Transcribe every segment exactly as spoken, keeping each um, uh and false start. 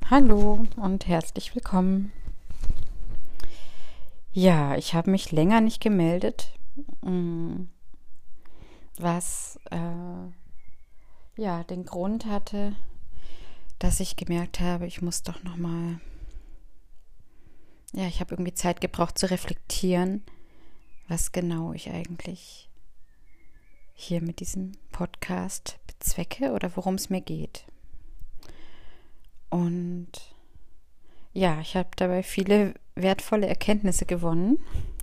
Hallo und herzlich willkommen. Ja, ich habe mich länger nicht gemeldet, mm, was äh, ja den Grund hatte, dass ich gemerkt habe, ich muss doch noch mal, ja, ich habe irgendwie Zeit gebraucht zu reflektieren, was genau ich eigentlich hier mit diesem Podcast bezwecke oder worum es mir geht. Und ja, ich habe dabei viele wertvolle Erkenntnisse gewonnen.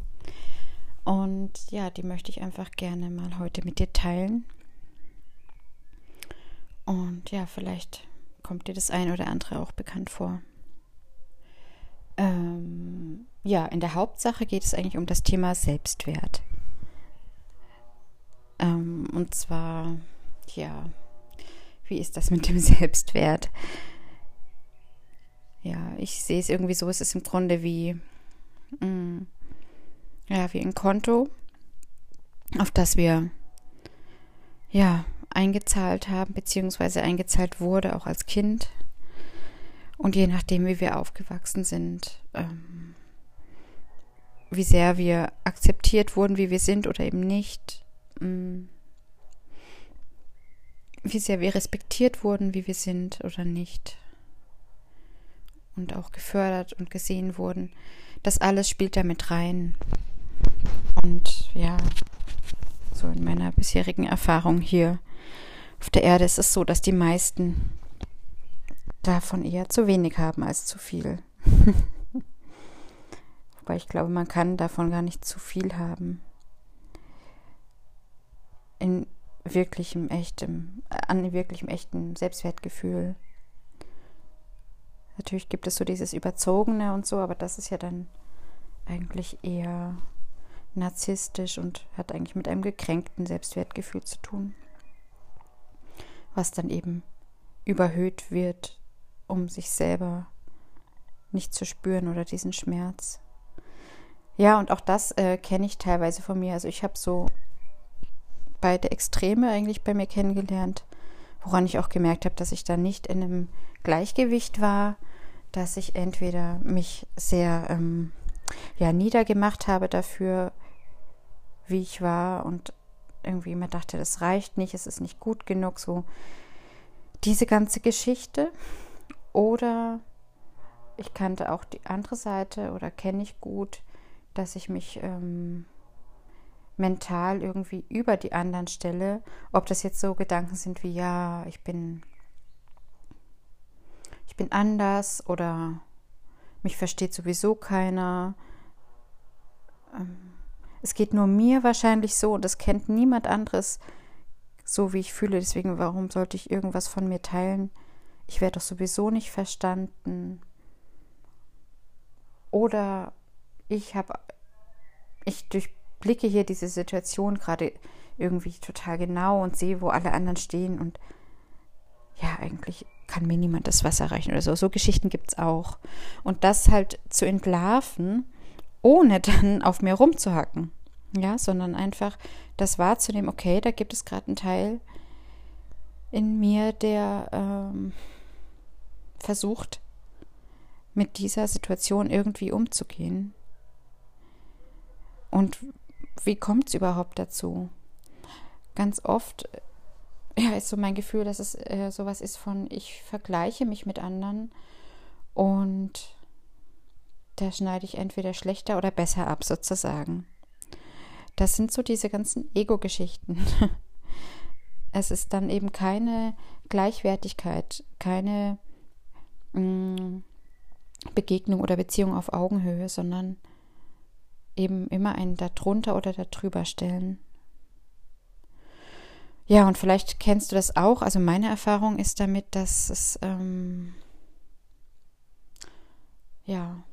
Und ja, die möchte ich einfach gerne mal heute mit dir teilen. Und ja, vielleicht kommt dir das ein oder andere auch bekannt vor. Ähm, ja, in der Hauptsache geht es eigentlich um das Thema Selbstwert. Ähm, und zwar, ja, wie ist das mit dem Selbstwert? Ja, ich sehe es irgendwie so, es ist im Grunde wie, mh, ja, wie ein Konto, auf das wir, ja, eingezahlt haben, beziehungsweise eingezahlt wurde, auch als Kind. Und je nachdem, wie wir aufgewachsen sind, ähm, wie sehr wir akzeptiert wurden, wie wir sind oder eben nicht, ähm, wie sehr wir respektiert wurden, wie wir sind oder nicht und auch gefördert und gesehen wurden, das alles spielt da mit rein. Und ja, so in meiner bisherigen Erfahrung hier auf der Erde ist es so, dass die meisten davon eher zu wenig haben als zu viel. Wobei ich glaube, man kann davon gar nicht zu viel haben. In wirklichem, echtem, an wirklichem, echten Selbstwertgefühl. Natürlich gibt es so dieses Überzogene und so, aber das ist ja dann eigentlich eher narzisstisch und hat eigentlich mit einem gekränkten Selbstwertgefühl zu tun. Was dann eben überhöht wird, um sich selber nicht zu spüren oder diesen Schmerz. Ja, und auch das äh, kenne ich teilweise von mir. Also ich habe so beide Extreme eigentlich bei mir kennengelernt, woran ich auch gemerkt habe, dass ich da nicht in einem Gleichgewicht war, dass ich entweder mich sehr ähm, ja, niedergemacht habe dafür, wie ich war und irgendwie immer dachte, das reicht nicht, es ist nicht gut genug, so diese ganze Geschichte. Oder ich kannte auch die andere Seite oder kenne ich gut, dass ich mich ähm, mental irgendwie über die anderen stelle, ob das jetzt so Gedanken sind wie, ja, ich bin ich bin anders oder mich versteht sowieso keiner. Es geht nur mir wahrscheinlich so und es kennt niemand anderes so, wie ich fühle. Deswegen, warum sollte ich irgendwas von mir teilen? Ich werde doch sowieso nicht verstanden. Oder ich habe, ich durchblicke hier diese Situation gerade irgendwie total genau und sehe, wo alle anderen stehen und ja, eigentlich kann mir niemand das Wasser reichen oder so. So Geschichten gibt es auch. Und das halt zu entlarven, ohne dann auf mir rumzuhacken. Ja, sondern einfach das wahrzunehmen, okay, da gibt es gerade einen Teil in mir, der ähm, versucht, mit dieser Situation irgendwie umzugehen. Und wie kommt es überhaupt dazu? Ganz oft ja, ist so mein Gefühl, dass es äh, sowas ist von, ich vergleiche mich mit anderen und da schneide ich entweder schlechter oder besser ab, sozusagen. Das sind so diese ganzen Ego-Geschichten. Es ist dann eben keine Gleichwertigkeit, keine mh, Begegnung oder Beziehung auf Augenhöhe, sondern eben immer ein darunter oder darüber stellen. Ja, und vielleicht kennst du das auch. Also meine Erfahrung ist damit, dass es ähm, ja,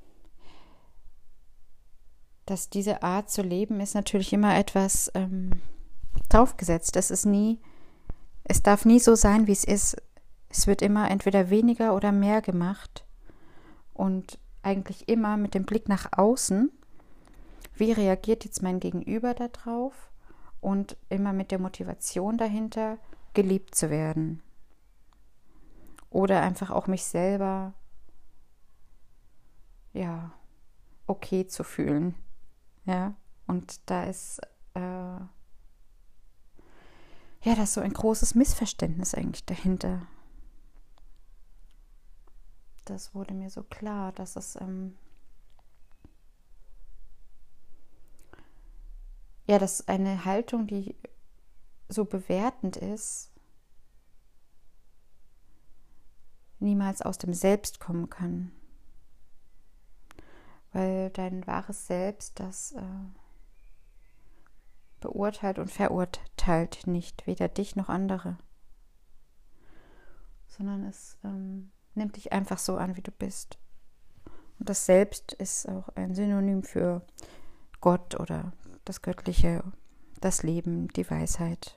dass diese Art zu leben ist natürlich immer etwas ähm, draufgesetzt. Das ist nie, es darf nie so sein, wie es ist. Es wird immer entweder weniger oder mehr gemacht und eigentlich immer mit dem Blick nach außen. Wie reagiert jetzt mein Gegenüber darauf? Und immer mit der Motivation dahinter, geliebt zu werden. Oder einfach auch mich selber ja, okay zu fühlen. Ja, und da ist, äh, ja, da ist so ein großes Missverständnis eigentlich dahinter. Das wurde mir so klar, dass es, ähm, ja, dass eine Haltung, die so bewertend ist, niemals aus dem Selbst kommen kann. Weil dein wahres Selbst, das äh, beurteilt und verurteilt nicht, weder dich noch andere. Sondern es ähm, nimmt dich einfach so an, wie du bist. Und das Selbst ist auch ein Synonym für Gott oder das Göttliche, das Leben, die Weisheit,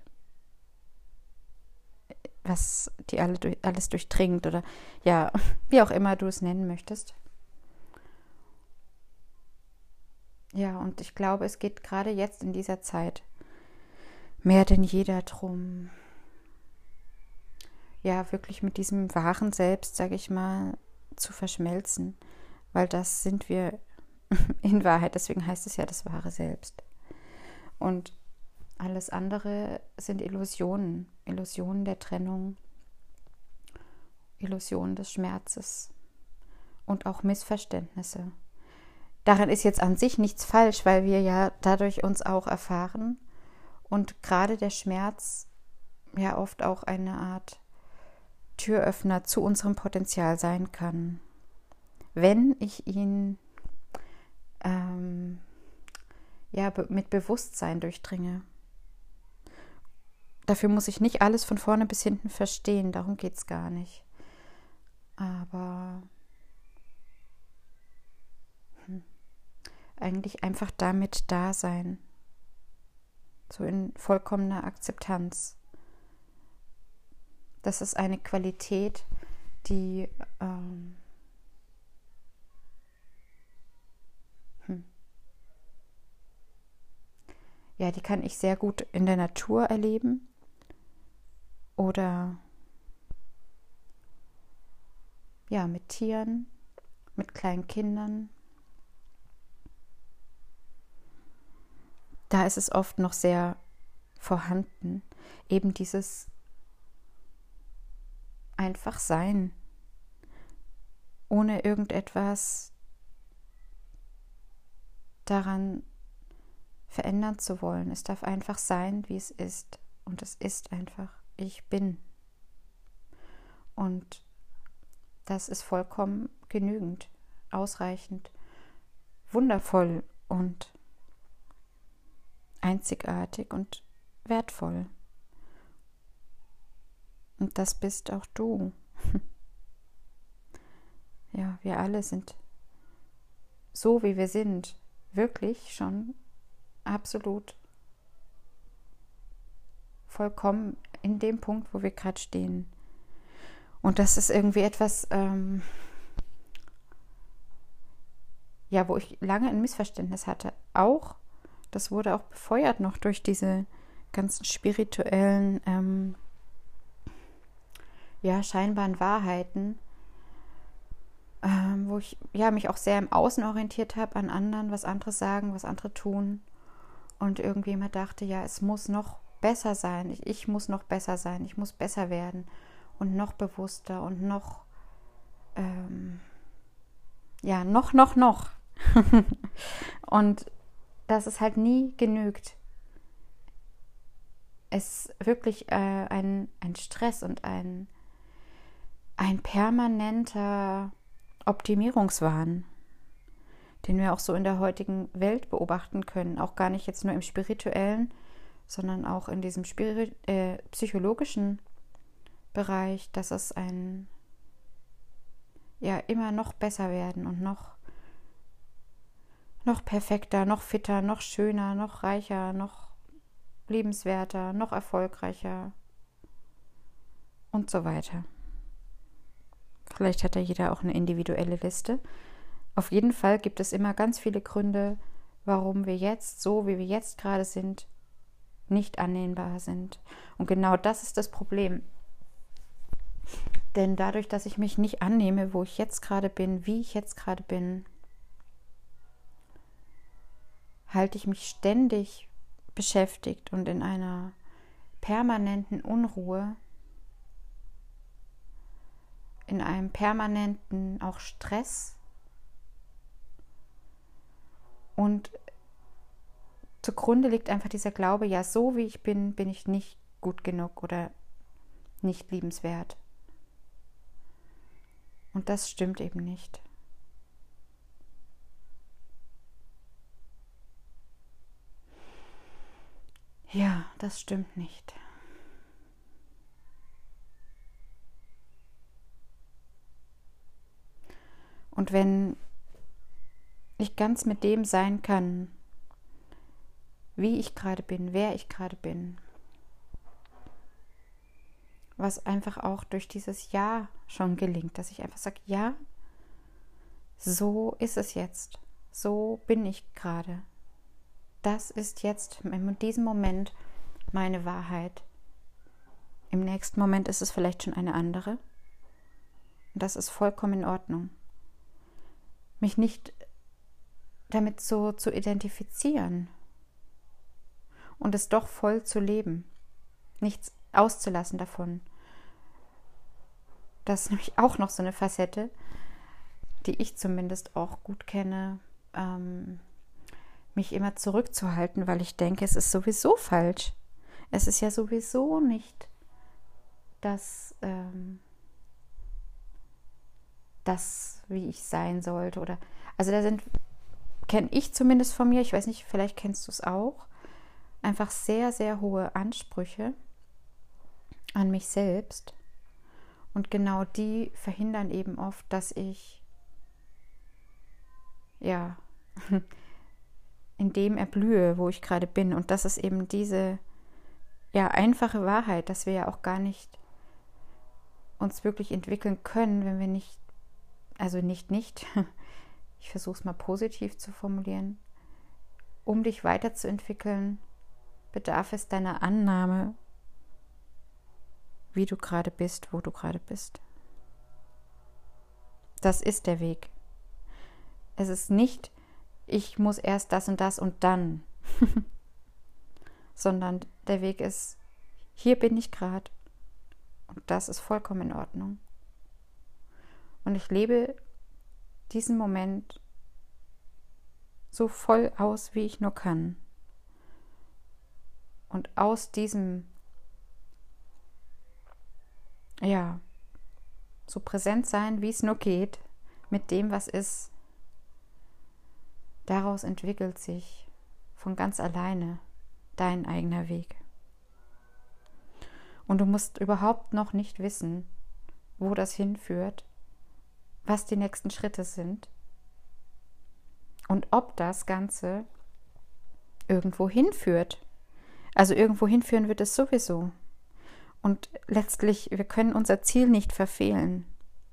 was die alle, alles durchdringt oder ja, wie auch immer du es nennen möchtest. Ja, und ich glaube, es geht gerade jetzt in dieser Zeit mehr denn je darum, ja, wirklich mit diesem wahren Selbst, sage ich mal, zu verschmelzen, weil das sind wir in Wahrheit, deswegen heißt es ja das wahre Selbst. Und alles andere sind Illusionen, Illusionen der Trennung, Illusionen des Schmerzes und auch Missverständnisse. Daran ist jetzt an sich nichts falsch, weil wir ja dadurch uns auch erfahren und gerade der Schmerz ja oft auch eine Art Türöffner zu unserem Potenzial sein kann, wenn ich ihn ähm, ja be- mit Bewusstsein durchdringe. Dafür muss ich nicht alles von vorne bis hinten verstehen, darum geht es gar nicht. Aber hm, eigentlich einfach damit da sein, so in vollkommener Akzeptanz. Das ist eine Qualität, die ähm, hm, ja, die kann ich sehr gut in der Natur erleben oder ja, mit Tieren, mit kleinen Kindern. Da ist es oft noch sehr vorhanden, eben dieses einfach sein, ohne irgendetwas daran verändern zu wollen. Es darf einfach sein, wie es ist. Und es ist einfach, ich bin. Und das ist vollkommen genügend, ausreichend, wundervoll und einzigartig und wertvoll. Und das bist auch du. Ja, wir alle sind so, wie wir sind, wirklich schon absolut vollkommen in dem Punkt, wo wir gerade stehen. Und das ist irgendwie etwas, ähm, ja, wo ich lange ein Missverständnis hatte. Auch, das wurde auch befeuert noch durch diese ganzen spirituellen, ähm, ja, scheinbaren Wahrheiten, ähm, wo ich ja mich auch sehr im Außen orientiert habe, an anderen, was andere sagen, was andere tun. Und irgendwie immer dachte, ja, es muss noch besser sein. Ich, ich muss noch besser sein. Ich muss besser werden. Und noch bewusster und noch, ähm, ja, noch, noch, noch. Und dass es halt nie genügt. Es ist wirklich äh, ein, ein Stress und ein, ein permanenter Optimierungswahn, den wir auch so in der heutigen Welt beobachten können. Auch gar nicht jetzt nur im spirituellen, sondern auch in diesem Spiri- äh, psychologischen Bereich, dass es ein ja immer noch besser werden und noch noch perfekter, noch fitter, noch schöner, noch reicher, noch liebenswerter, noch erfolgreicher und so weiter. Vielleicht hat da jeder auch eine individuelle Liste. Auf jeden Fall gibt es immer ganz viele Gründe, warum wir jetzt, so wie wir jetzt gerade sind, nicht annehmbar sind. Und genau das ist das Problem. Denn dadurch, dass ich mich nicht annehme, wo ich jetzt gerade bin, wie ich jetzt gerade bin, halte ich mich ständig beschäftigt und in einer permanenten Unruhe, in einem permanenten auch Stress und zugrunde liegt einfach dieser Glaube, ja, so wie ich bin, bin ich nicht gut genug oder nicht liebenswert. Und das stimmt eben nicht. Ja, das stimmt nicht. Und wenn ich ganz mit dem sein kann, wie ich gerade bin, wer ich gerade bin, was einfach auch durch dieses Ja schon gelingt, dass ich einfach sage, ja, so ist es jetzt, so bin ich gerade. Das ist jetzt in diesem Moment meine Wahrheit. Im nächsten Moment ist es vielleicht schon eine andere. Und das ist vollkommen in Ordnung. Mich nicht damit so zu identifizieren und es doch voll zu leben. Nichts auszulassen davon. Das ist nämlich auch noch so eine Facette, die ich zumindest auch gut kenne, ähm, mich immer zurückzuhalten, weil ich denke, es ist sowieso falsch. Es ist ja sowieso nicht das, ähm, das, wie ich sein sollte. Oder also da sind, kenne ich zumindest von mir, ich weiß nicht, vielleicht kennst du es auch, einfach sehr, sehr hohe Ansprüche an mich selbst. Und genau die verhindern eben oft, dass ich ja in dem erblühe, wo ich gerade bin. Und das ist eben diese ja einfache Wahrheit, dass wir ja auch gar nicht uns wirklich entwickeln können, wenn wir nicht, also nicht nicht, ich versuche es mal positiv zu formulieren, um dich weiterzuentwickeln, bedarf es deiner Annahme, wie du gerade bist, wo du gerade bist. Das ist der Weg. Es ist nicht, ich muss erst das und das und dann, sondern der Weg ist, hier bin ich gerade und das ist vollkommen in Ordnung. Und ich lebe diesen Moment so voll aus, wie ich nur kann. Und aus diesem, ja, so präsent sein, wie es nur geht, mit dem, was ist, daraus entwickelt sich von ganz alleine dein eigener Weg. Und du musst überhaupt noch nicht wissen, wo das hinführt, was die nächsten Schritte sind und ob das Ganze irgendwo hinführt. Also irgendwo hinführen wird es sowieso. Und letztlich, wir können unser Ziel nicht verfehlen,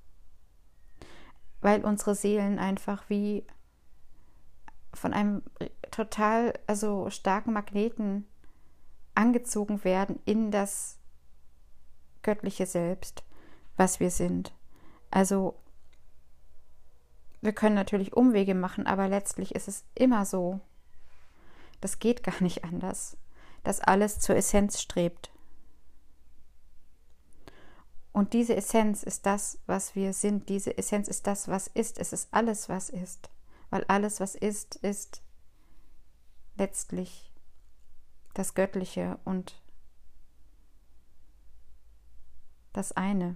weil unsere Seelen einfach wie von einem total also starken Magneten angezogen werden in das göttliche Selbst, was wir sind. Also wir können natürlich Umwege machen, aber letztlich ist es immer so, das geht gar nicht anders, dass alles zur Essenz strebt. Und diese Essenz ist das, was wir sind. Diese Essenz ist das, was ist. Es ist alles, was ist. Weil alles, was ist, ist letztlich das Göttliche und das eine.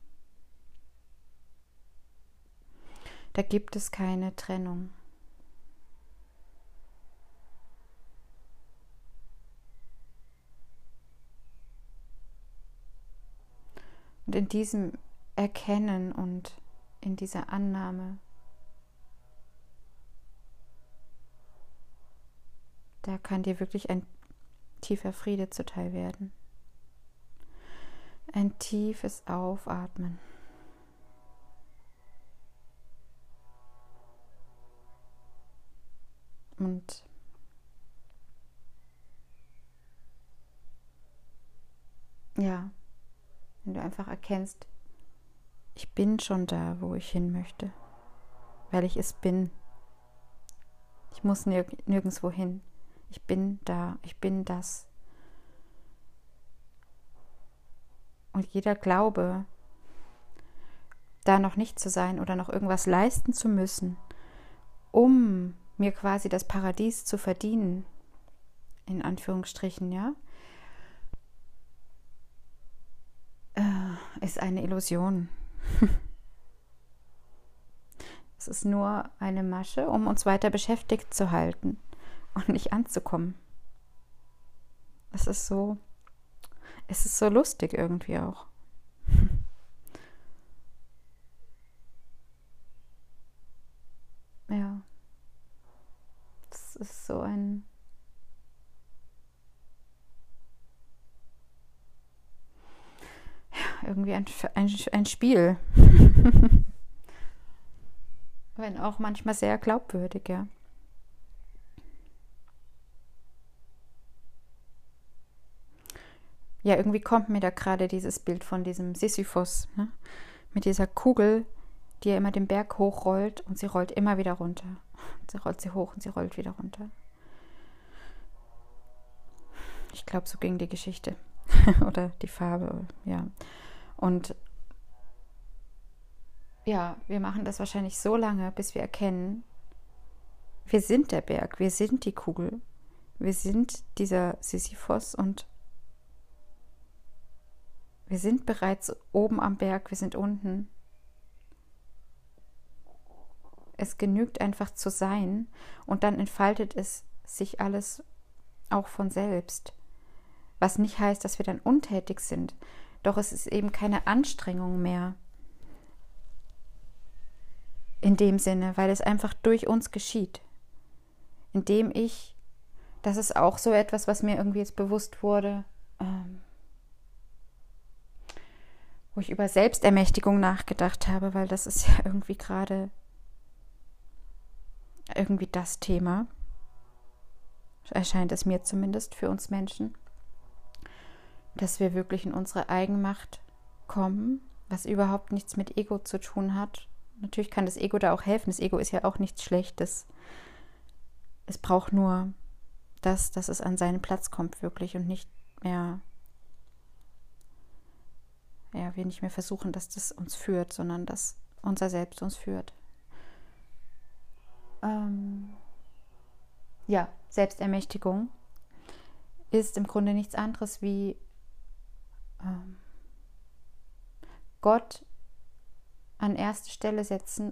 Da gibt es keine Trennung. Und in diesem Erkennen und in dieser Annahme, da kann dir wirklich ein tiefer Friede zuteil werden. Ein tiefes Aufatmen. Und ja, wenn du einfach erkennst, ich bin schon da, wo ich hin möchte, weil ich es bin. Ich muss nirg- nirgendwo hin. Ich bin da, ich bin das. Und jeder Glaube, da noch nicht zu sein oder noch irgendwas leisten zu müssen, um mir quasi das Paradies zu verdienen, in Anführungsstrichen, ja, äh, ist eine Illusion. Es ist nur eine Masche, um uns weiter beschäftigt zu halten und nicht anzukommen. Es ist so, es ist so lustig irgendwie auch. Ja, es ist so ein, ja, irgendwie ein, ein, ein Spiel. Wenn auch manchmal sehr glaubwürdig, ja. Ja, irgendwie kommt mir da gerade dieses Bild von diesem Sisyphus, ne? Mit dieser Kugel, die ja immer den Berg hochrollt und sie rollt immer wieder runter. Sie rollt sie hoch und sie rollt wieder runter. Ich glaube, so ging die Geschichte. Oder die Farbe, ja. Und ja, wir machen das wahrscheinlich so lange, bis wir erkennen, wir sind der Berg, wir sind die Kugel, wir sind dieser Sisyphos und wir sind bereits oben am Berg, wir sind unten. Es genügt einfach zu sein und dann entfaltet es sich alles auch von selbst. Was nicht heißt, dass wir dann untätig sind, doch es ist eben keine Anstrengung mehr. In dem Sinne, weil es einfach durch uns geschieht. Indem ich, das ist auch so etwas, was mir irgendwie jetzt bewusst wurde, ähm, wo ich über Selbstermächtigung nachgedacht habe, weil das ist ja irgendwie gerade irgendwie das Thema, erscheint es mir zumindest für uns Menschen, dass wir wirklich in unsere Eigenmacht kommen, was überhaupt nichts mit Ego zu tun hat. Natürlich kann das Ego da auch helfen. Das Ego ist ja auch nichts Schlechtes. Es braucht nur das, dass es an seinen Platz kommt wirklich und nicht mehr, ja, wir nicht mehr versuchen, dass das uns führt, sondern dass unser Selbst uns führt. Ähm, ja, Selbstermächtigung ist im Grunde nichts anderes wie ähm, Gott an erste Stelle setzen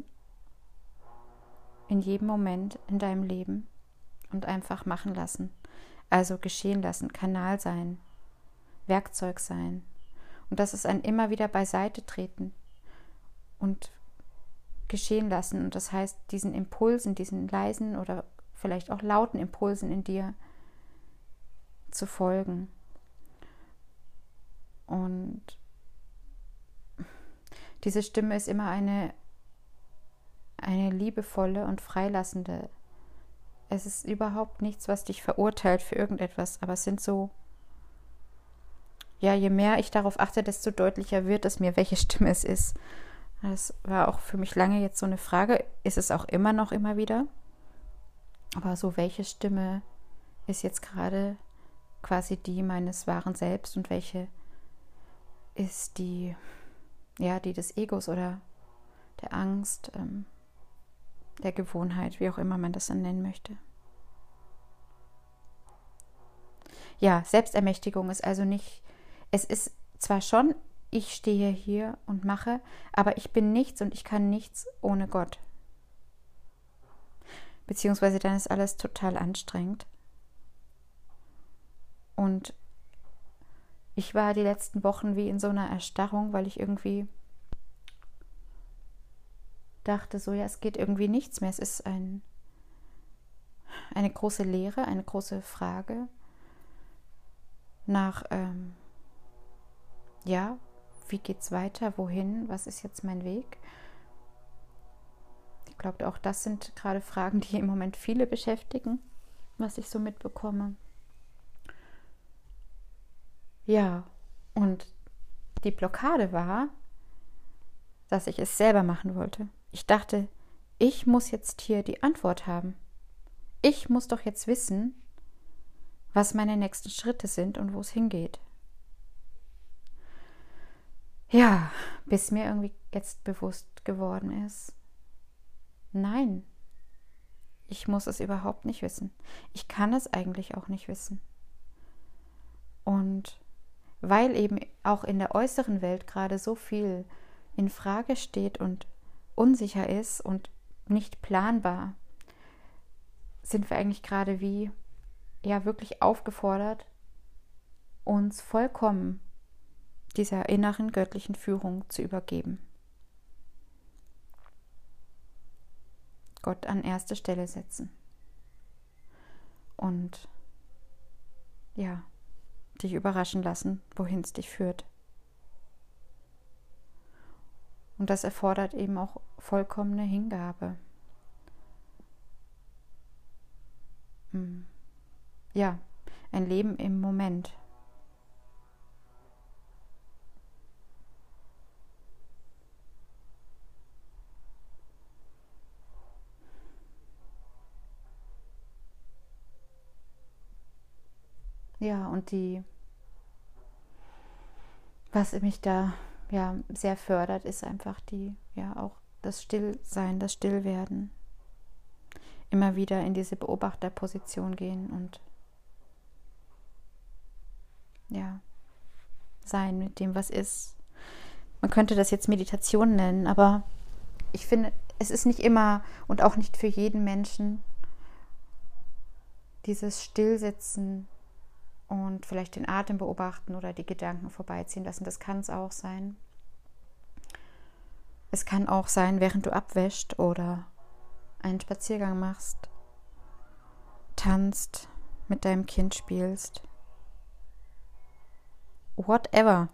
in jedem Moment in deinem Leben und einfach machen lassen. Also geschehen lassen, Kanal sein, Werkzeug sein. Und das ist ein immer wieder beiseite treten und geschehen lassen. Und das heißt, diesen Impulsen, diesen leisen oder vielleicht auch lauten Impulsen in dir zu folgen. Und diese Stimme ist immer eine, eine liebevolle und freilassende. Es ist überhaupt nichts, was dich verurteilt für irgendetwas, aber es sind so, ja, je mehr ich darauf achte, desto deutlicher wird es mir, welche Stimme es ist. Das war auch für mich lange jetzt so eine Frage, ist es auch immer noch immer wieder, aber so, welche Stimme ist jetzt gerade quasi die meines wahren Selbst und welche ist die, ja, die des Egos oder der Angst, ähm, der Gewohnheit, wie auch immer man das dann nennen möchte. Ja, Selbstermächtigung ist also nicht, es ist zwar schon, ich stehe hier und mache, aber ich bin nichts und ich kann nichts ohne Gott. Beziehungsweise dann ist alles total anstrengend. Und ich war die letzten Wochen wie in so einer Erstarrung, weil ich irgendwie dachte so, ja, es geht irgendwie nichts mehr. Es ist ein, eine große Leere, eine große Frage nach, ähm, ja, wie geht's weiter, wohin, was ist jetzt mein Weg? Ich glaube, auch das sind gerade Fragen, die im Moment viele beschäftigen, was ich so mitbekomme. Ja, und die Blockade war, dass ich es selber machen wollte. Ich dachte, ich muss jetzt hier die Antwort haben. Ich muss doch jetzt wissen, was meine nächsten Schritte sind und wo es hingeht. Ja, bis mir irgendwie jetzt bewusst geworden ist, nein, ich muss es überhaupt nicht wissen. Ich kann es eigentlich auch nicht wissen. Und weil eben auch in der äußeren Welt gerade so viel in Frage steht und unsicher ist und nicht planbar, sind wir eigentlich gerade wie ja wirklich aufgefordert, uns vollkommen dieser inneren göttlichen Führung zu übergeben. Gott an erste Stelle setzen. Und ja, dich überraschen lassen, wohin es dich führt. Und das erfordert eben auch vollkommene Hingabe. Ja, ein Leben im Moment. Ja, und die, was mich da ja sehr fördert, ist einfach die, ja auch das Stillsein, das Stillwerden. Immer wieder in diese Beobachterposition gehen und ja, sein mit dem, was ist. Man könnte das jetzt Meditation nennen, aber ich finde, es ist nicht immer und auch nicht für jeden Menschen dieses Stillsitzen und vielleicht den Atem beobachten oder die Gedanken vorbeiziehen lassen. Das kann es auch sein. Es kann auch sein, während du abwäschst oder einen Spaziergang machst, tanzt, mit deinem Kind spielst. Whatever.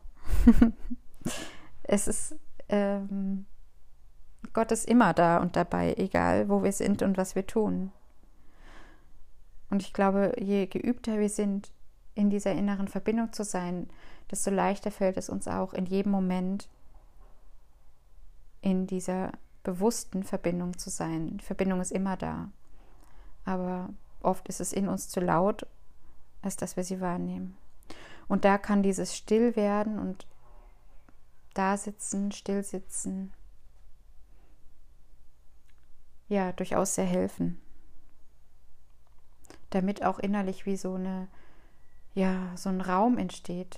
Es ist, ähm, Gott ist immer da und dabei, egal wo wir sind und was wir tun. Und ich glaube, je geübter wir sind, in dieser inneren Verbindung zu sein, desto leichter fällt es uns auch in jedem Moment in dieser bewussten Verbindung zu sein. Die Verbindung ist immer da, aber oft ist es in uns zu laut, als dass wir sie wahrnehmen. Und da kann dieses Stillwerden und da sitzen, still sitzen, ja, durchaus sehr helfen. Damit auch innerlich wie so eine ja, so ein Raum entsteht,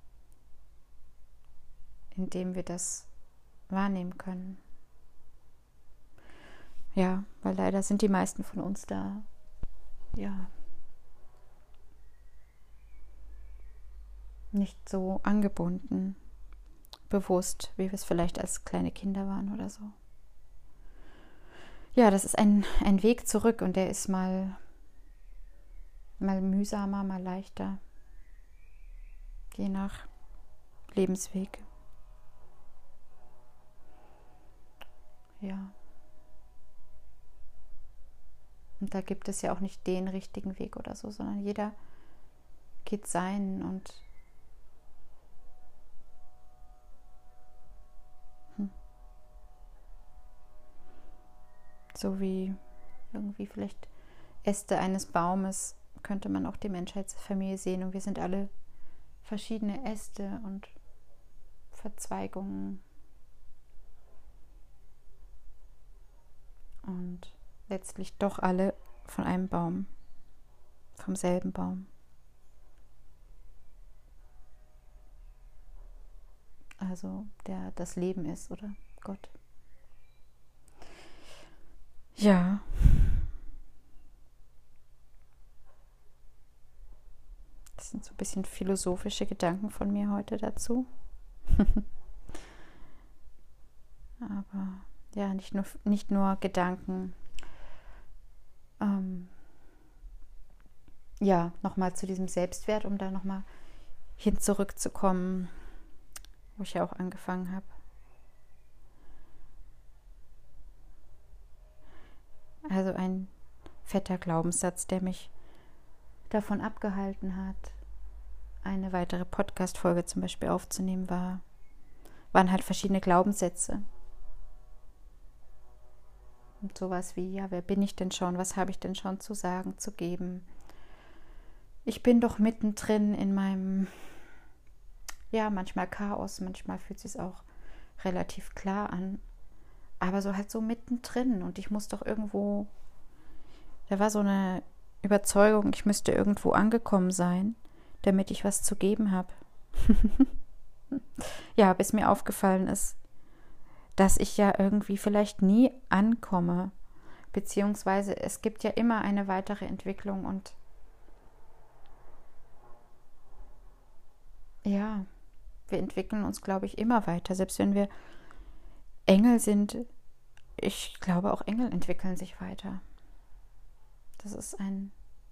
in dem wir das wahrnehmen können. Ja, weil leider sind die meisten von uns da, ja, nicht so angebunden, bewusst, wie wir es vielleicht als kleine Kinder waren oder so. Ja, das ist ein, ein Weg zurück und der ist mal mal mühsamer, mal leichter, je nach Lebensweg. Ja. Und da gibt es ja auch nicht den richtigen Weg oder so, sondern jeder geht seinen und hm. so wie irgendwie vielleicht Äste eines Baumes könnte man auch die Menschheitsfamilie sehen und wir sind alle verschiedene Äste und Verzweigungen und letztlich doch alle von einem Baum, vom selben Baum. Also der das Leben ist, oder Gott. Ja. Das sind so ein bisschen philosophische Gedanken von mir heute dazu. Aber ja, nicht nur, nicht nur Gedanken. Ähm, ja, nochmal zu diesem Selbstwert, um da nochmal hin zurückzukommen, wo ich ja auch angefangen habe. Also ein fetter Glaubenssatz, der mich davon abgehalten hat, eine weitere Podcast-Folge zum Beispiel aufzunehmen, war, waren halt verschiedene Glaubenssätze. Und sowas wie, ja, wer bin ich denn schon? Was habe ich denn schon zu sagen, zu geben? Ich bin doch mittendrin in meinem, ja, manchmal Chaos, manchmal fühlt es sich auch relativ klar an. Aber so halt so mittendrin. Und ich muss doch irgendwo, da war so eine Überzeugung, ich müsste irgendwo angekommen sein, damit ich was zu geben habe. Ja, bis mir aufgefallen ist, dass ich ja irgendwie vielleicht nie ankomme, beziehungsweise es gibt ja immer eine weitere Entwicklung und ja, wir entwickeln uns, glaube ich, immer weiter, selbst wenn wir Engel sind. Ich glaube, auch Engel entwickeln sich weiter. Das ist ein,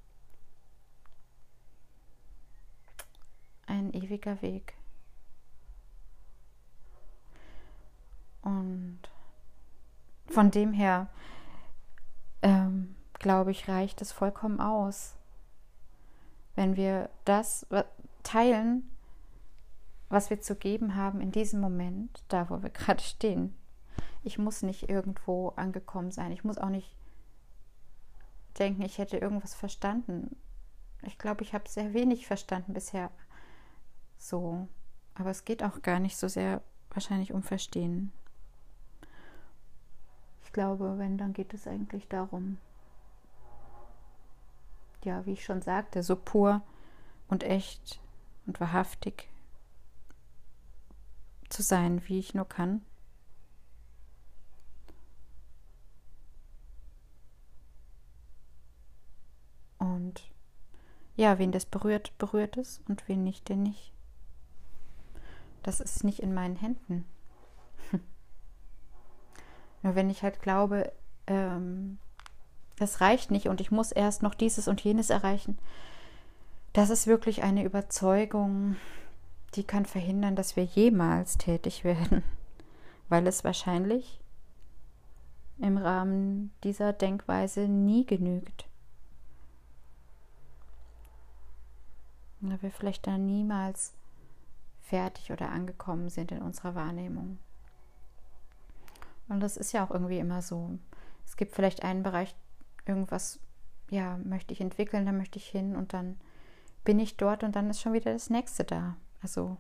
ein ewiger Weg. Und von dem her, ähm, glaube ich, reicht es vollkommen aus, wenn wir das teilen, was wir zu geben haben in diesem Moment, da wo wir gerade stehen. Ich muss nicht irgendwo angekommen sein. Ich muss auch nicht denken, ich hätte irgendwas verstanden. Ich glaube, ich habe sehr wenig verstanden bisher so. Aber es geht auch gar nicht so sehr wahrscheinlich um Verstehen. Ich glaube, wenn, dann geht es eigentlich darum, ja, wie ich schon sagte, so pur und echt und wahrhaftig zu sein, wie ich nur kann. Und ja, wen das berührt, berührt es und wen nicht, den nicht. Das ist nicht in meinen Händen. Nur wenn ich halt glaube, ähm, das reicht nicht und ich muss erst noch dieses und jenes erreichen, das ist wirklich eine Überzeugung, die kann verhindern, dass wir jemals tätig werden, weil es wahrscheinlich im Rahmen dieser Denkweise nie genügt. Weil wir vielleicht dann niemals fertig oder angekommen sind in unserer Wahrnehmung. Und das ist ja auch irgendwie immer so. Es gibt vielleicht einen Bereich, irgendwas, ja, möchte ich entwickeln, da möchte ich hin und dann bin ich dort und dann ist schon wieder das Nächste da. Also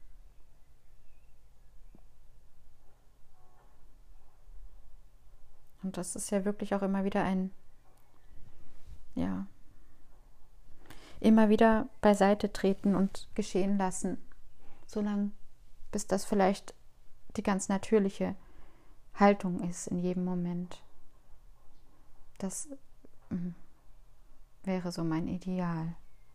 und das ist ja wirklich auch immer wieder ein, ja, immer wieder beiseite treten und geschehen lassen, solange bis das vielleicht die ganz natürliche Haltung ist in jedem Moment. Das mh, wäre so mein Ideal.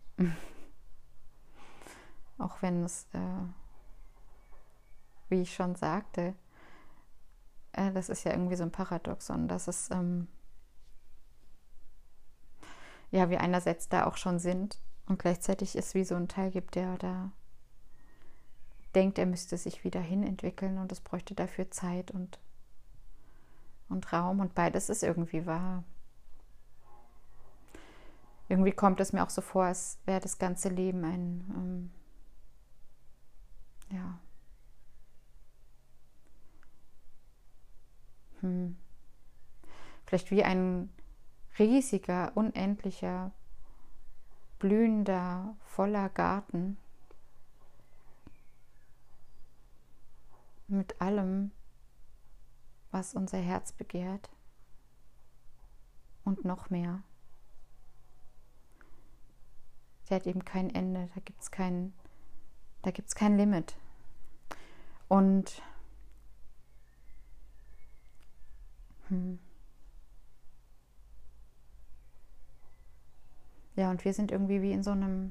Auch wenn es, äh, wie ich schon sagte, äh, das ist ja irgendwie so ein Paradoxon, dass es, ähm, ja, wir einerseits da auch schon sind und gleichzeitig es wie so ein Teil gibt, der da denkt, er müsste sich wieder hin entwickeln und es bräuchte dafür Zeit und, und Raum und beides ist irgendwie wahr. Irgendwie kommt es mir auch so vor, als wäre das ganze Leben ein, ähm, ja, hm, vielleicht wie ein riesiger, unendlicher, blühender, voller Garten mit allem, was unser Herz begehrt und noch mehr. Der hat eben kein Ende, da gibt es kein, da gibt's kein Limit. Und hm, ja, und wir sind irgendwie wie in so einem,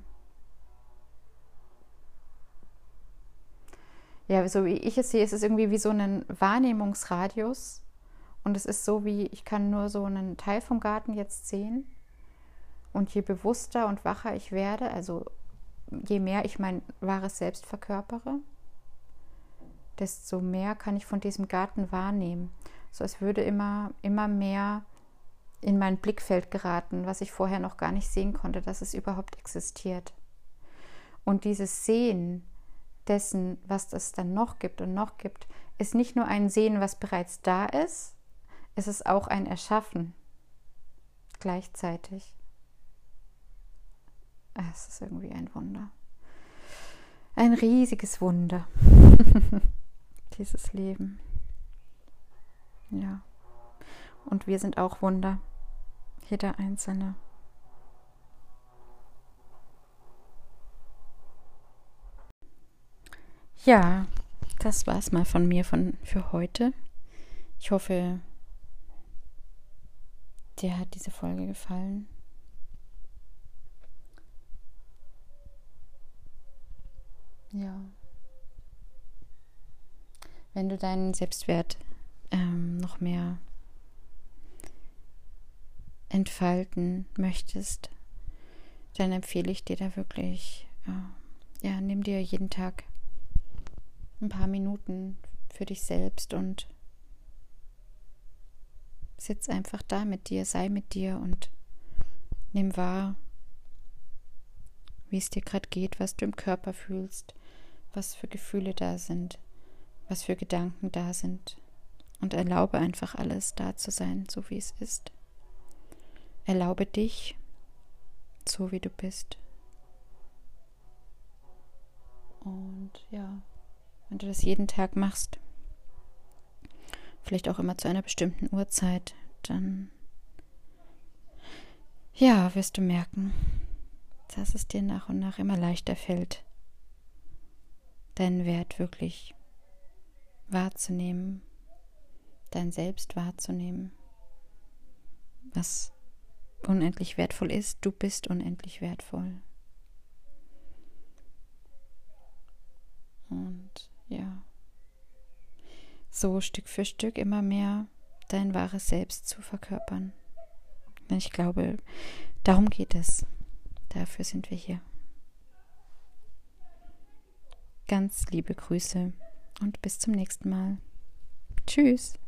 ja, so wie ich es sehe, ist es irgendwie wie so ein Wahrnehmungsradius. Und es ist so wie, ich kann nur so einen Teil vom Garten jetzt sehen. Und je bewusster und wacher ich werde, also je mehr ich mein wahres Selbst verkörpere, desto mehr kann ich von diesem Garten wahrnehmen. So als würde immer, immer mehr in mein Blickfeld geraten, was ich vorher noch gar nicht sehen konnte, dass es überhaupt existiert. Und dieses Sehen dessen, was es dann noch gibt und noch gibt, ist nicht nur ein Sehen, was bereits da ist, ist es auch ein Erschaffen gleichzeitig. Es ist irgendwie ein Wunder. Ein riesiges Wunder. Dieses Leben. Ja. Und wir sind auch Wunder. Jeder Einzelne. Ja, das war's mal von mir von, für heute. Ich hoffe, dir hat diese Folge gefallen. Ja. Wenn du deinen Selbstwert ähm, noch mehr entfalten möchtest, dann empfehle ich dir da wirklich, äh, ja, nimm dir jeden Tag ein paar Minuten für dich selbst und sitz einfach da mit dir, sei mit dir und nimm wahr, wie es dir gerade geht, was du im Körper fühlst, was für Gefühle da sind, was für Gedanken da sind. Und erlaube einfach alles da zu sein, so wie es ist. Erlaube dich, so wie du bist. Und ja, wenn du das jeden Tag machst, vielleicht auch immer zu einer bestimmten Uhrzeit, dann ja, wirst du merken, dass es dir nach und nach immer leichter fällt, deinen Wert wirklich wahrzunehmen, dein Selbst wahrzunehmen, was unendlich wertvoll ist. Du bist unendlich wertvoll. Und ja, so Stück für Stück immer mehr dein wahres Selbst zu verkörpern. Denn ich glaube, darum geht es. Dafür sind wir hier. Ganz liebe Grüße und bis zum nächsten Mal. Tschüss.